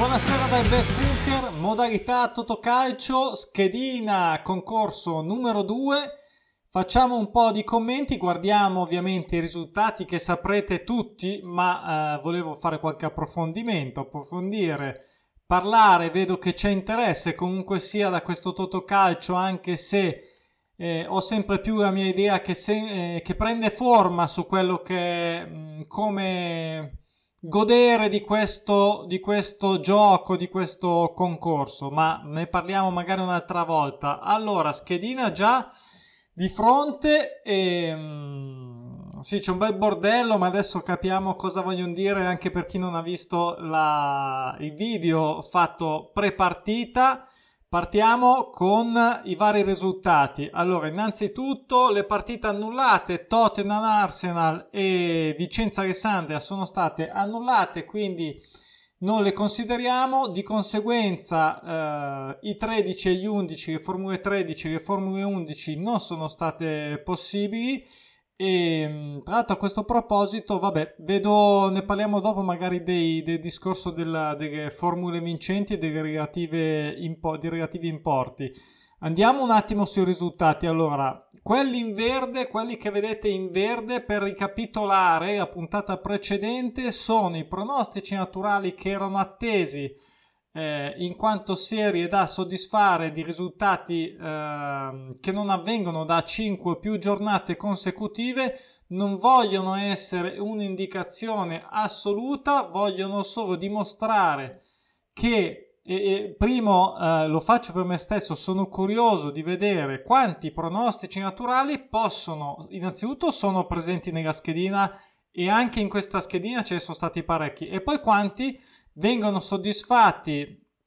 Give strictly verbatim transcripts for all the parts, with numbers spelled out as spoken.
Buonasera dal BetBooker, modalità Totocalcio, schedina concorso numero due. Facciamo un po' di commenti, guardiamo ovviamente i risultati che saprete tutti, ma eh, volevo fare qualche approfondimento, approfondire, parlare. Vedo che c'è interesse comunque sia da questo Totocalcio, anche se eh, ho sempre più la mia idea che, se, eh, che prende forma su quello che mh, come godere di questo, di questo gioco, di questo concorso, ma ne parliamo magari un'altra volta. Allora, schedina già di fronte e um, sì, c'è un bel bordello, ma adesso capiamo cosa vogliono dire anche per chi non ha visto la, il video fatto pre-partita. Partiamo con i vari risultati. Allora, innanzitutto le partite annullate, Tottenham Arsenal e Vicenza Alessandria sono state annullate, quindi non le consideriamo. Di conseguenza eh, i tredici e gli undici, le Formule tredici e le Formule undici non sono state possibili. E tra l'altro a questo proposito, vabbè, vedo, ne parliamo dopo magari dei, del discorso della, delle formule vincenti e delle relative impo, dei relativi importi. Andiamo un attimo sui risultati. Allora, quelli in verde, quelli che vedete in verde, per ricapitolare la puntata precedente, sono i pronostici naturali che erano attesi Eh, in quanto serie da soddisfare, di risultati eh, che non avvengono da cinque o più giornate consecutive. Non vogliono essere un'indicazione assoluta, vogliono solo dimostrare che e, e, primo eh, lo faccio per me stesso, sono curioso di vedere quanti pronostici naturali possono, innanzitutto sono presenti nella schedina, e anche in questa schedina ce ne sono stati parecchi, e poi quanti vengono soddisfatti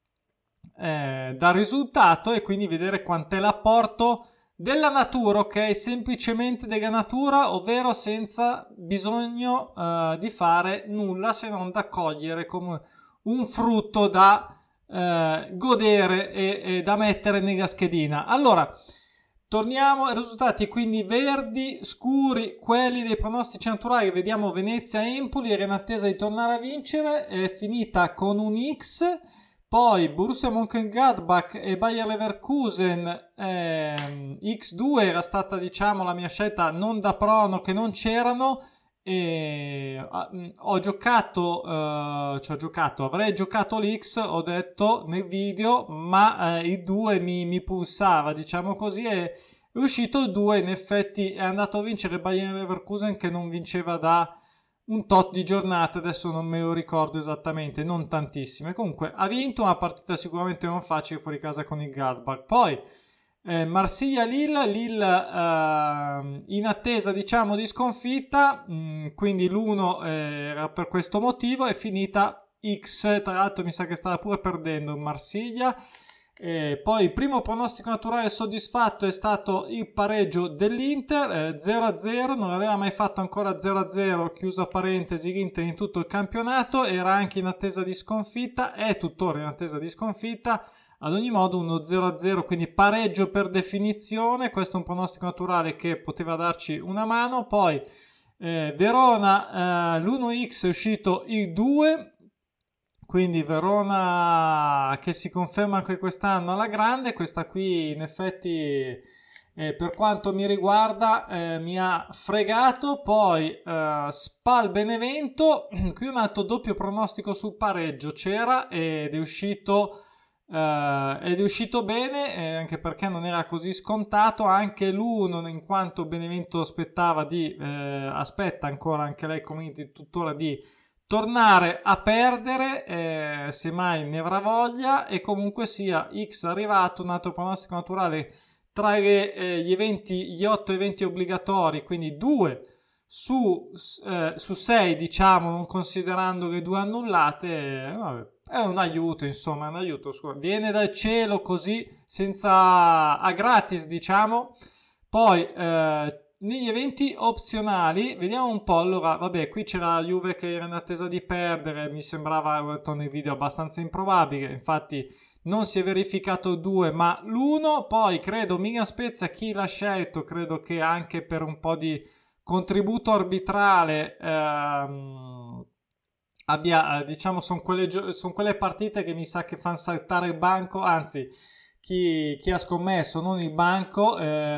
eh, dal risultato, e quindi vedere quant'è l'apporto della natura, ok? Semplicemente della natura, ovvero senza bisogno eh, di fare nulla se non da cogliere come un frutto da eh, godere e, e da mettere nella schedina. Allora, torniamo ai risultati, quindi verdi scuri, quelli dei pronostici naturali. Vediamo Venezia-Empoli, era in attesa di tornare a vincere, è finita con un X. Poi Borussia Mönchengladbach e Bayer Leverkusen, ehm, X due era stata, diciamo, la mia scelta non da prono, che non c'erano. E ho giocato, eh, cioè ho giocato, avrei giocato l'X, ho detto nel video, ma eh, il due mi, mi pulsava, diciamo così, e è uscito il due. In effetti è andato a vincere Bayer Leverkusen, che non vinceva da un tot di giornate, adesso non me lo ricordo esattamente, non tantissime. Comunque ha vinto una partita sicuramente non facile fuori casa con il Gladbach. Poi Eh, Marsiglia-Lille, Lille eh, in attesa, diciamo, di sconfitta, mh, quindi l'uno eh, era per questo motivo, è finita X. Tra l'altro mi sa che stava pure perdendo in Marsiglia. Eh, poi il primo pronostico naturale soddisfatto è stato il pareggio dell'Inter, eh, zero a zero, non aveva mai fatto ancora zero a zero, chiusa parentesi, l'Inter in tutto il campionato, era anche in attesa di sconfitta, è tuttora in attesa di sconfitta. Ad ogni modo uno zero a zero, quindi pareggio per definizione. Questo è un pronostico naturale che poteva darci una mano. Poi eh, Verona, eh, l'uno X è uscito il due, quindi Verona che si conferma anche quest'anno alla grande. Questa qui in effetti eh, per quanto mi riguarda eh, mi ha fregato. Poi eh, Spal Benevento, qui un altro doppio pronostico sul pareggio c'era ed è uscito Uh, ed è uscito bene, eh, anche perché non era così scontato. Anche l'uno, in quanto Benevento aspettava di eh, aspetta ancora anche lei come tuttora di tornare a perdere, eh, semmai ne avrà voglia. E comunque sia X arrivato, un altro pronostico naturale tra le, eh, gli eventi, gli otto eventi obbligatori, quindi due su, eh, su sei, diciamo, non considerando le due annullate. eh, vabbè. È un aiuto, insomma, è un aiuto, scusa. Viene dal cielo così, senza, a gratis, diciamo. Poi, eh, negli eventi opzionali, vediamo un po'. Allora, vabbè, qui c'era la Juve che era in attesa di perdere, mi sembrava, ho detto nei video, abbastanza improbabile, infatti non si è verificato due, ma l'uno. Poi, credo, Milan Spezia, chi l'ha scelto, credo che anche per un po' di contributo arbitrale, ehm, abbia, eh, diciamo, sono quelle, gio- son quelle partite che mi sa che fanno saltare il banco, anzi, chi, chi ha scommesso, non il banco,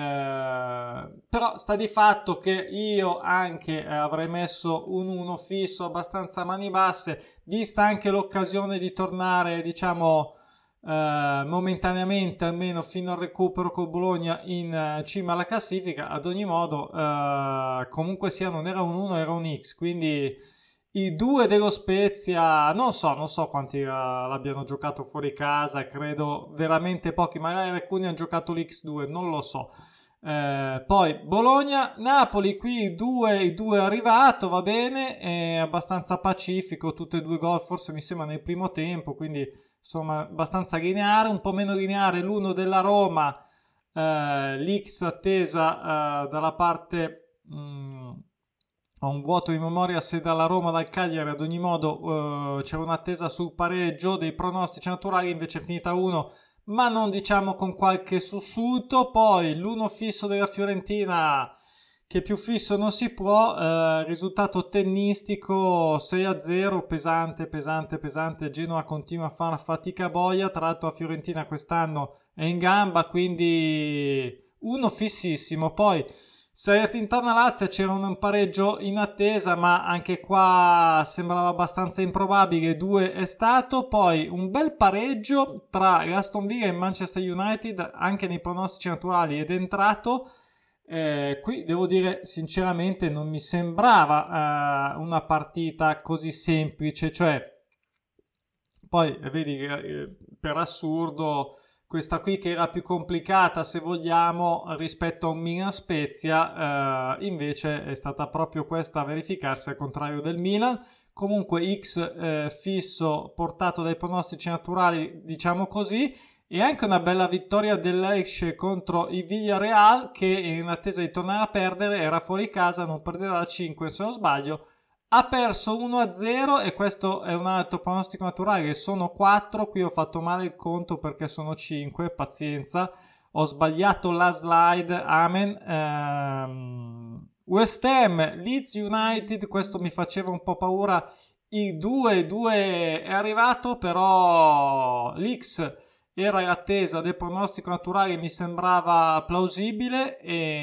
eh, però sta di fatto che io anche eh, avrei messo un uno fisso abbastanza a mani basse, vista anche l'occasione di tornare, diciamo, eh, momentaneamente, almeno fino al recupero col Bologna in eh, cima alla classifica. Ad ogni modo, eh, comunque sia, non era un uno, era un X, quindi i due dello Spezia, non so, non so quanti uh, l'abbiano giocato fuori casa, credo veramente pochi, magari alcuni hanno giocato l'X due, non lo so. Eh, poi Bologna, Napoli, qui i due, i due è arrivato, va bene, è abbastanza pacifico, tutti e due gol forse mi sembra nel primo tempo, quindi insomma abbastanza lineare, un po' meno lineare l'uno della Roma, eh, l'X attesa eh, dalla parte... Mh, ho un vuoto di memoria se dalla Roma, dal Cagliari, ad ogni modo eh, c'era un'attesa sul pareggio dei pronostici naturali, invece è finita uno, ma non diciamo con qualche sussulto. Poi l'uno fisso della Fiorentina, che più fisso non si può, eh, risultato tennistico sei a zero, pesante, pesante, pesante. Genoa continua a fare una fatica boia, tra l'altro la Fiorentina quest'anno è in gamba, quindi uno fississimo. Poi Salernitana-Lazio c'era un pareggio in attesa, ma anche qua sembrava abbastanza improbabile, due è stato. Poi un bel pareggio tra Aston Villa e Manchester United, anche nei pronostici naturali, ed è entrato. Eh, qui devo dire sinceramente non mi sembrava eh, una partita così semplice, cioè poi vedi eh, per assurdo questa qui che era più complicata se vogliamo rispetto a un Milan Spezia, eh, invece è stata proprio questa a verificarsi, al contrario del Milan. Comunque X eh, fisso portato dai pronostici naturali, diciamo così, e anche una bella vittoria dell'Elche contro il Villarreal, che in attesa di tornare a perdere era fuori casa, non perdeva da cinque se non sbaglio. Ha perso uno a zero e questo è un altro pronostico naturale, sono quattro, qui ho fatto male il conto perché sono cinque, pazienza, ho sbagliato la slide, amen. Ehm, West Ham, Leeds United, questo mi faceva un po' paura, il due due è arrivato, però l'X era l'attesa del pronostico naturale, mi sembrava plausibile,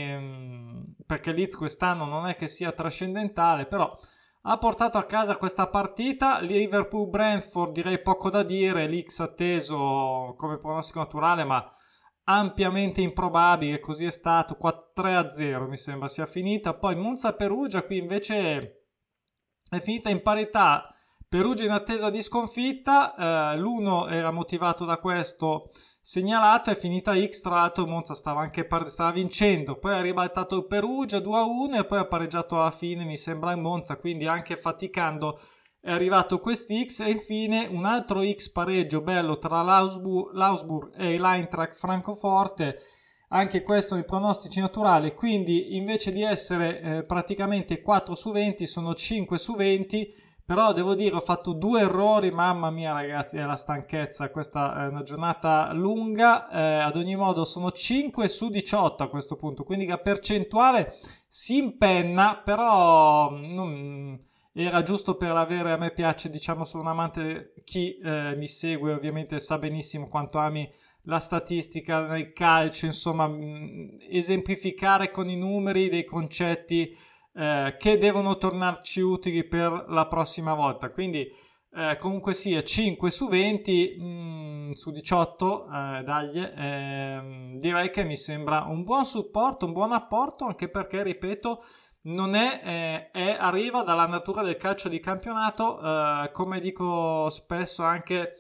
e, perché Leeds quest'anno non è che sia trascendentale, però ha portato a casa questa partita. Liverpool-Brentford direi poco da dire, l'X atteso come pronostico naturale ma ampiamente improbabile, così è stato, tre a zero mi sembra sia finita. Poi Monza-Perugia, qui invece è finita in parità, Perugia in attesa di sconfitta, eh, l'uno era motivato da questo segnalato, è finita X, tra l'altro Monza stava anche par- stava vincendo, poi ha ribaltato il Perugia due a uno e poi ha pareggiato alla fine, mi sembra, il Monza, quindi anche faticando è arrivato quest'X. E infine un altro X pareggio bello tra l'Augsburg, l'Augsburg e l'Eintracht Francoforte, anche questo nei pronostici naturali, quindi invece di essere eh, praticamente quattro su venti sono cinque su venti. Però devo dire, ho fatto due errori, mamma mia ragazzi, è la stanchezza, questa è una giornata lunga, eh, ad ogni modo sono cinque su diciotto a questo punto, quindi la percentuale si impenna, però non, era giusto per avere, a me piace, diciamo, sono un amante, chi eh, mi segue ovviamente sa benissimo quanto ami la statistica nel calcio, insomma, mh, esemplificare con i numeri dei concetti Eh, che devono tornarci utili per la prossima volta. Quindi eh, comunque sia cinque su venti mh, su diciotto, eh, dagli, eh, direi che mi sembra un buon supporto, un buon apporto, anche perché, ripeto, non è, eh, è arriva dalla natura del calcio di campionato, eh, come dico spesso anche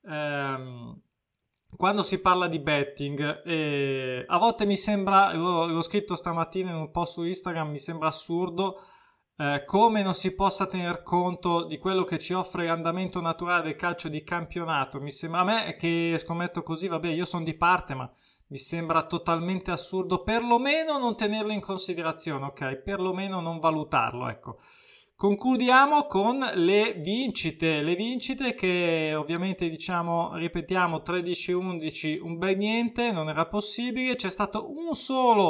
ehm, quando si parla di betting, eh, a volte mi sembra, l'ho, l'ho scritto stamattina in un post su Instagram, mi sembra assurdo eh, come non si possa tener conto di quello che ci offre l'andamento naturale del calcio di campionato. Mi sembra, a me che scommetto così, vabbè, io sono di parte, ma mi sembra totalmente assurdo perlomeno non tenerlo in considerazione, ok? Perlomeno non valutarlo, ecco. Concludiamo con le vincite, le vincite che ovviamente, diciamo, ripetiamo, tredici undici, un bel niente, non era possibile, c'è stato un solo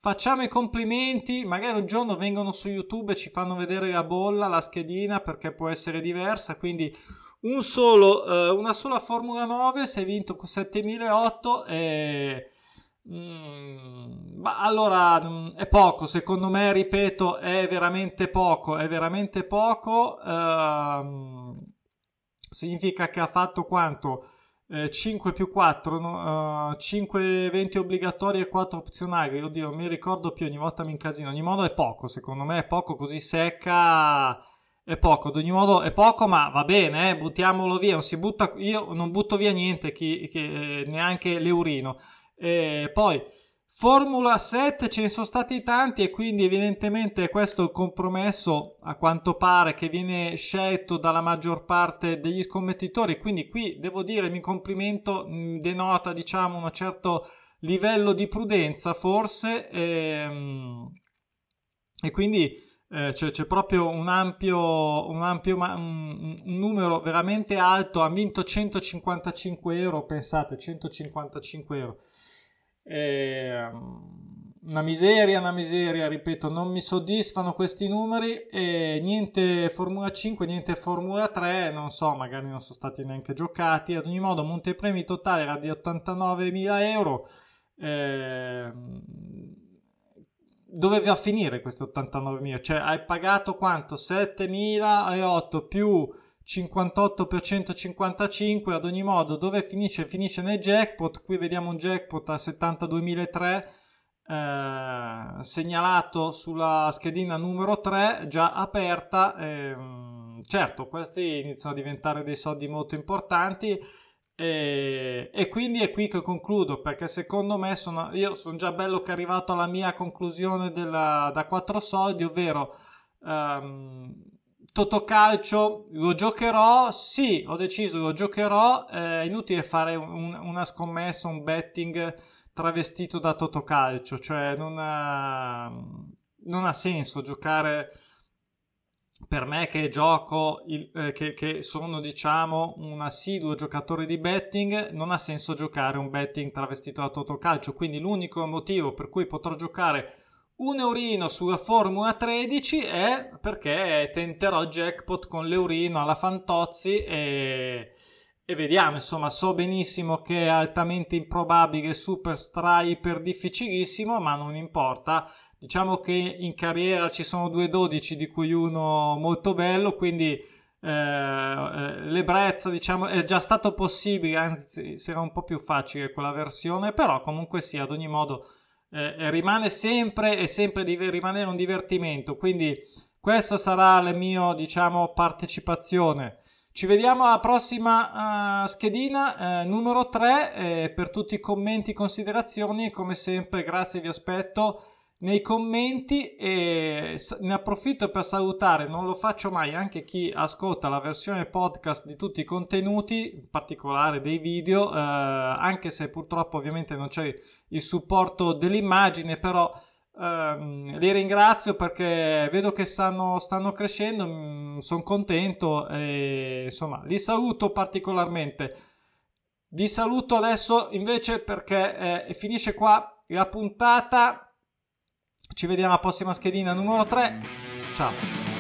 facciamo i complimenti, magari un giorno vengono su YouTube e ci fanno vedere la bolla, la schedina, perché può essere diversa, quindi un solo, eh, una sola Formula nove, si è vinto con settemilaotto e... Mm, ma allora mm, è poco, secondo me, ripeto, è veramente poco, è veramente poco. Ehm, significa che ha fatto quanto? Eh, cinque più quattro, no? Uh, cinque eventi obbligatori e quattro opzionali. Oddio, non mi ricordo più, ogni volta mi incasino. Ad ogni modo è poco, secondo me è poco, così secca è poco. Ad ogni modo è poco, ma va bene, eh, buttiamolo via. Non si butta, io non butto via niente, chi, chi, neanche l'Eurino. E poi Formula sette ce ne sono stati tanti e quindi evidentemente questo è il compromesso, a quanto pare, che viene scelto dalla maggior parte degli scommettitori, quindi qui devo dire mi complimento, mh, denota diciamo un certo livello di prudenza forse, e, e quindi eh, c'è, c'è proprio un ampio, un, ampio un, un numero veramente alto. Ha vinto centocinquantacinque euro, pensate, centocinquantacinque euro. Eh, una miseria, una miseria, ripeto, non mi soddisfano questi numeri. E niente Formula cinque, niente Formula tre, non so, magari non sono stati neanche giocati. Ad ogni modo, montepremi totale era di ottantanovemila euro. Eh, dove va a finire questi ottantanovemila? Cioè, hai pagato quanto? settemilaotto più cinquantotto per centocinquantacinque. Ad ogni modo, dove finisce? Finisce nel jackpot. Qui vediamo un jackpot a settantaduemilatrecento eh, segnalato sulla schedina numero tre, già aperta. Eh, certo, questi iniziano a diventare dei soldi molto importanti. E, e quindi è qui che concludo, perché secondo me sono, io sono già bello che è arrivato alla mia conclusione della, da quattro soldi, ovvero um, Totocalcio lo giocherò, sì, ho deciso, lo giocherò. È inutile fare un, una scommessa, un betting travestito da Totocalcio, cioè non ha, non ha senso giocare. Per me che gioco, il, eh, che, che sono diciamo un assiduo giocatore di betting, non ha senso giocare un betting travestito da Totocalcio, quindi l'unico motivo per cui potrò giocare un eurino sulla Formula tredici è perché tenterò jackpot con l'eurino alla Fantozzi e, e vediamo, insomma, so benissimo che è altamente improbabile, super stra iper difficilissimo, ma non importa. Diciamo che in carriera ci sono due dodici, di cui uno molto bello, quindi eh, l'ebbrezza, diciamo, è già stato possibile, anzi sarà un po' più facile quella versione, però comunque sì, ad ogni modo eh, rimane sempre e sempre di rimanere un divertimento, quindi questa sarà la mia, diciamo, partecipazione. Ci vediamo alla prossima uh, schedina, uh, numero tre, eh, per tutti i commenti e considerazioni, come sempre grazie, vi aspetto nei commenti, e ne approfitto per salutare, non lo faccio mai, anche chi ascolta la versione podcast di tutti i contenuti, in particolare dei video, eh, anche se purtroppo ovviamente non c'è il supporto dell'immagine, però ehm, li ringrazio perché vedo che stanno, stanno crescendo, sono contento e insomma li saluto particolarmente. Vi saluto adesso invece perché eh, finisce qua la puntata. Ci vediamo alla prossima schedina numero tre. Ciao.